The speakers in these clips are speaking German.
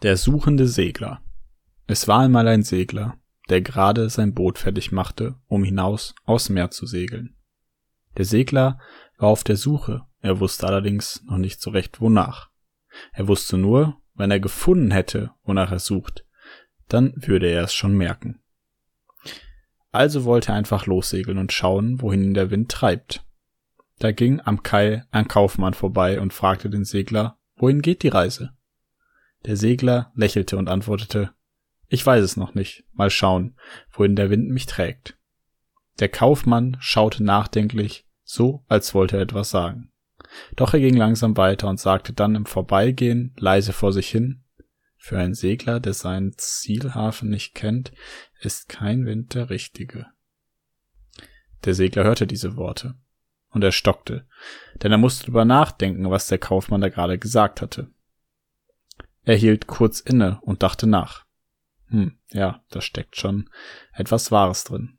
Der suchende Segler. Es war einmal ein Segler, der gerade sein Boot fertig machte, um hinaus aufs Meer zu segeln. Der Segler war auf der Suche, er wusste allerdings noch nicht so recht wonach. Er wusste nur, wenn er gefunden hätte, wonach er sucht, dann würde er es schon merken. Also wollte er einfach lossegeln und schauen, wohin ihn der Wind treibt. Da ging am Kai ein Kaufmann vorbei und fragte den Segler, wohin geht die Reise? Der Segler lächelte und antwortete, ich weiß es noch nicht, mal schauen, wohin der Wind mich trägt. Der Kaufmann schaute nachdenklich, so als wollte er etwas sagen. Doch er ging langsam weiter und sagte dann im Vorbeigehen leise vor sich hin, für einen Segler, der seinen Zielhafen nicht kennt, ist kein Wind der richtige. Der Segler hörte diese Worte und er stockte, denn er musste darüber nachdenken, was der Kaufmann da gerade gesagt hatte. Er hielt kurz inne und dachte nach. Ja, da steckt schon etwas Wahres drin.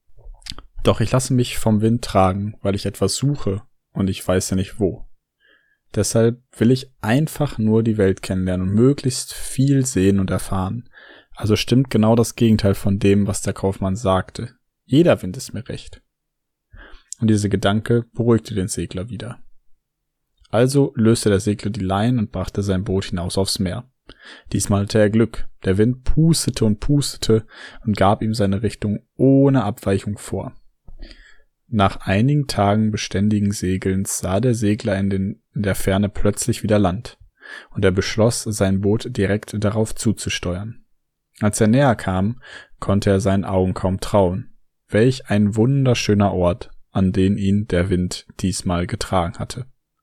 Doch ich lasse mich vom Wind tragen, weil ich etwas suche und ich weiß ja nicht wo. Deshalb will ich einfach nur die Welt kennenlernen und möglichst viel sehen und erfahren. Also stimmt genau das Gegenteil von dem, was der Kaufmann sagte. Jeder Wind ist mir recht. Und dieser Gedanke beruhigte den Segler wieder. Also löste der Segler die Leinen und brachte sein Boot hinaus aufs Meer. Diesmal hatte er Glück. Der Wind pustete und gab ihm seine Richtung ohne Abweichung vor. Nach einigen Tagen beständigen Segelns sah der Segler in der Ferne plötzlich wieder Land, und er beschloss, sein Boot direkt darauf zuzusteuern. Als er näher kam, konnte er seinen Augen kaum trauen. Welch ein wunderschöner Ort, an den ihn der Wind diesmal getragen hatte.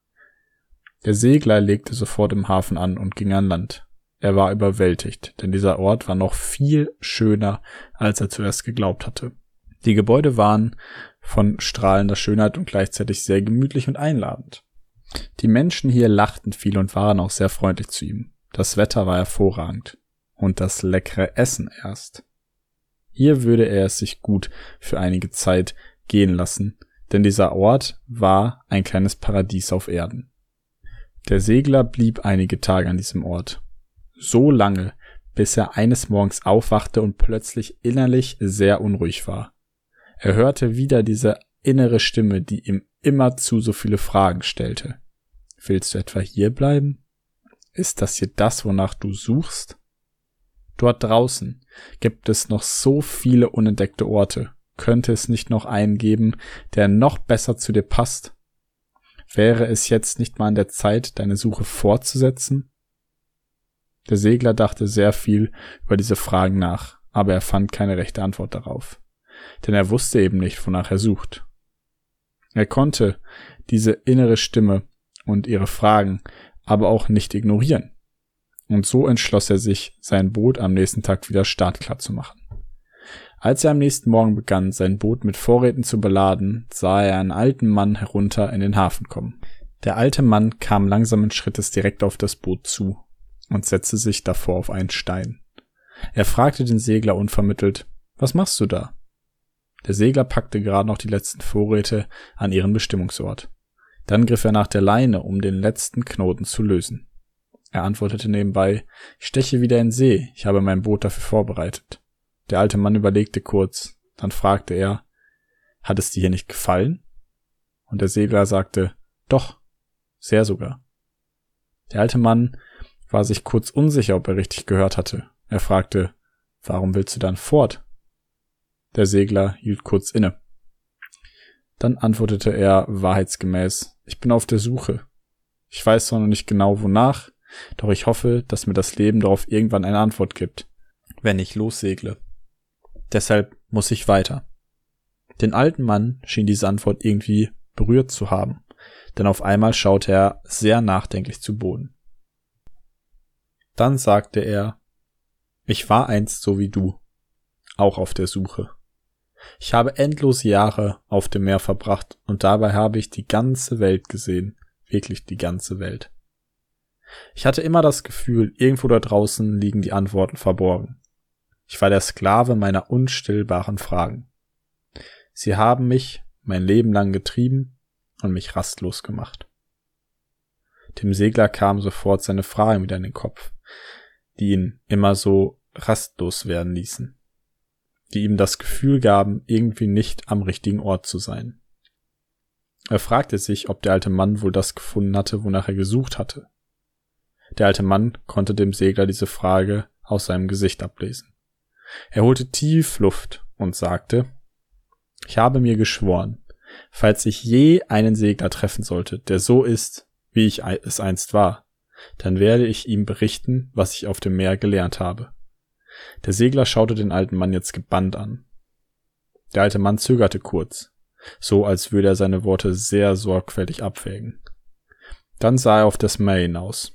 Der Segler legte sofort im Hafen an und ging an Land. Er war überwältigt, denn dieser Ort war noch viel schöner, als er zuerst geglaubt hatte. Die Gebäude waren von strahlender Schönheit und gleichzeitig sehr gemütlich und einladend. Die Menschen hier lachten viel und waren auch sehr freundlich zu ihm. Das Wetter war hervorragend. Und das leckere Essen erst. Hier würde er es sich gut für einige Zeit gehen lassen, denn dieser Ort war ein kleines Paradies auf Erden. Der Segler blieb einige Tage an diesem Ort. So lange, bis er eines Morgens aufwachte und plötzlich innerlich sehr unruhig war. Er hörte wieder diese innere Stimme, die ihm immerzu so viele Fragen stellte. Willst du etwa hier bleiben? Ist das hier das, wonach du suchst? Dort draußen gibt es noch so viele unentdeckte Orte. Könnte es nicht noch einen geben, der noch besser zu dir passt? Wäre es jetzt nicht mal an der Zeit, deine Suche fortzusetzen? Der Segler dachte sehr viel über diese Fragen nach, aber er fand keine rechte Antwort darauf. Denn er wusste eben nicht, wonach er sucht. Er konnte diese innere Stimme und ihre Fragen aber auch nicht ignorieren. Und so entschloss er sich, sein Boot am nächsten Tag wieder startklar zu machen. Als er am nächsten Morgen begann, sein Boot mit Vorräten zu beladen, sah er einen alten Mann herunter in den Hafen kommen. Der alte Mann kam langsamen Schrittes direkt auf das Boot zu und setzte sich davor auf einen Stein. Er fragte den Segler unvermittelt, was machst du da? Der Segler packte gerade noch die letzten Vorräte an ihren Bestimmungsort. Dann griff er nach der Leine, um den letzten Knoten zu lösen. Er antwortete nebenbei, ich steche wieder in See, ich habe mein Boot dafür vorbereitet. Der alte Mann überlegte kurz, dann fragte er, hat es dir hier nicht gefallen? Und der Segler sagte, doch, sehr sogar. Der alte Mann war sich kurz unsicher, ob er richtig gehört hatte. Er fragte, warum willst du dann fort? Der Segler hielt kurz inne. Dann antwortete er wahrheitsgemäß, ich bin auf der Suche. Ich weiß zwar noch nicht genau wonach, doch ich hoffe, dass mir das Leben darauf irgendwann eine Antwort gibt, wenn ich lossegle. Deshalb muss ich weiter. Den alten Mann schien diese Antwort irgendwie berührt zu haben, denn auf einmal schaute er sehr nachdenklich zu Boden. Dann sagte er, ich war einst so wie du, auch auf der Suche. Ich habe endlose Jahre auf dem Meer verbracht und dabei habe ich die ganze Welt gesehen, wirklich die ganze Welt. Ich hatte immer das Gefühl, irgendwo da draußen liegen die Antworten verborgen. Ich war der Sklave meiner unstillbaren Fragen. Sie haben mich mein Leben lang getrieben und mich rastlos gemacht. Dem Segler kam sofort seine Frage wieder in den Kopf. die ihn immer so rastlos werden ließen, die ihm das Gefühl gaben, irgendwie nicht am richtigen Ort zu sein. Er fragte sich, ob der alte Mann wohl das gefunden hatte, wonach er gesucht hatte. Der alte Mann konnte dem Segler diese Frage aus seinem Gesicht ablesen. Er holte tief Luft und sagte: Ich habe mir geschworen, falls ich je einen Segler treffen sollte, der so ist, wie ich es einst war, dann werde ich ihm berichten, was ich auf dem Meer gelernt habe. Der Segler schaute den alten Mann jetzt gebannt an. Der alte Mann zögerte kurz, so als würde er seine Worte sehr sorgfältig abwägen. Dann sah er auf das Meer hinaus.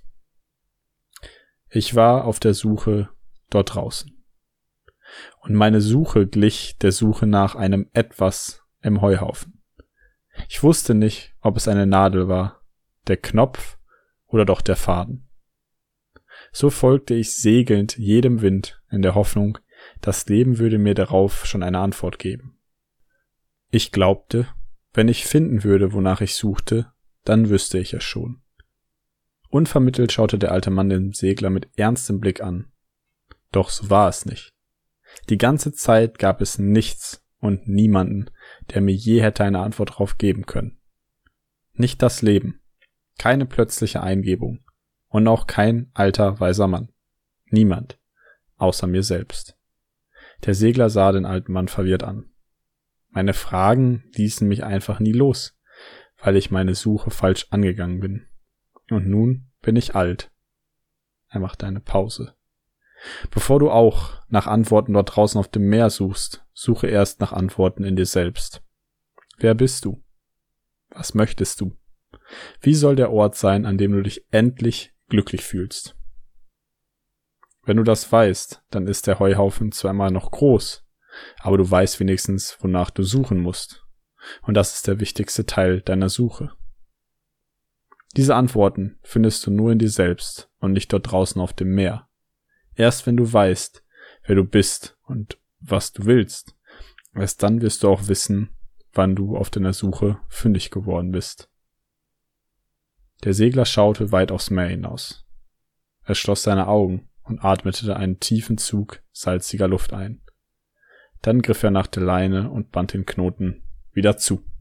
Ich war auf der Suche dort draußen. Und meine Suche glich der Suche nach einem Etwas im Heuhaufen. Ich wusste nicht, ob es eine Nadel war, der Knopf oder doch der Faden. So folgte ich segelnd jedem Wind in der Hoffnung, das Leben würde mir darauf schon eine Antwort geben. Ich glaubte, wenn ich finden würde, wonach ich suchte, dann wüsste ich es schon. Unvermittelt schaute der alte Mann den Segler mit ernstem Blick an. Doch so war es nicht. Die ganze Zeit gab es nichts und niemanden, der mir je hätte eine Antwort darauf geben können. Nicht das Leben, keine plötzliche Eingebung und auch kein alter, weiser Mann. Niemand, außer mir selbst. Der Segler sah den alten Mann verwirrt an. Meine Fragen ließen mich einfach nie los, weil ich meine Suche falsch angegangen bin. Und nun bin ich alt. Er machte eine Pause. Bevor du auch nach Antworten dort draußen auf dem Meer suchst, suche erst nach Antworten in dir selbst. Wer bist du? Was möchtest du? Wie soll der Ort sein, an dem du dich endlich glücklich fühlst? Wenn du das weißt, dann ist der Heuhaufen zwar immer noch groß, aber du weißt wenigstens, wonach du suchen musst. Und das ist der wichtigste Teil deiner Suche. Diese Antworten findest du nur in dir selbst und nicht dort draußen auf dem Meer. Erst wenn du weißt, wer du bist und was du willst, erst dann wirst du auch wissen, wann du auf deiner Suche fündig geworden bist. Der Segler schaute weit aufs Meer hinaus. Er schloss seine Augen und atmete einen tiefen Zug salziger Luft ein. Dann griff er nach der Leine und band den Knoten wieder zu.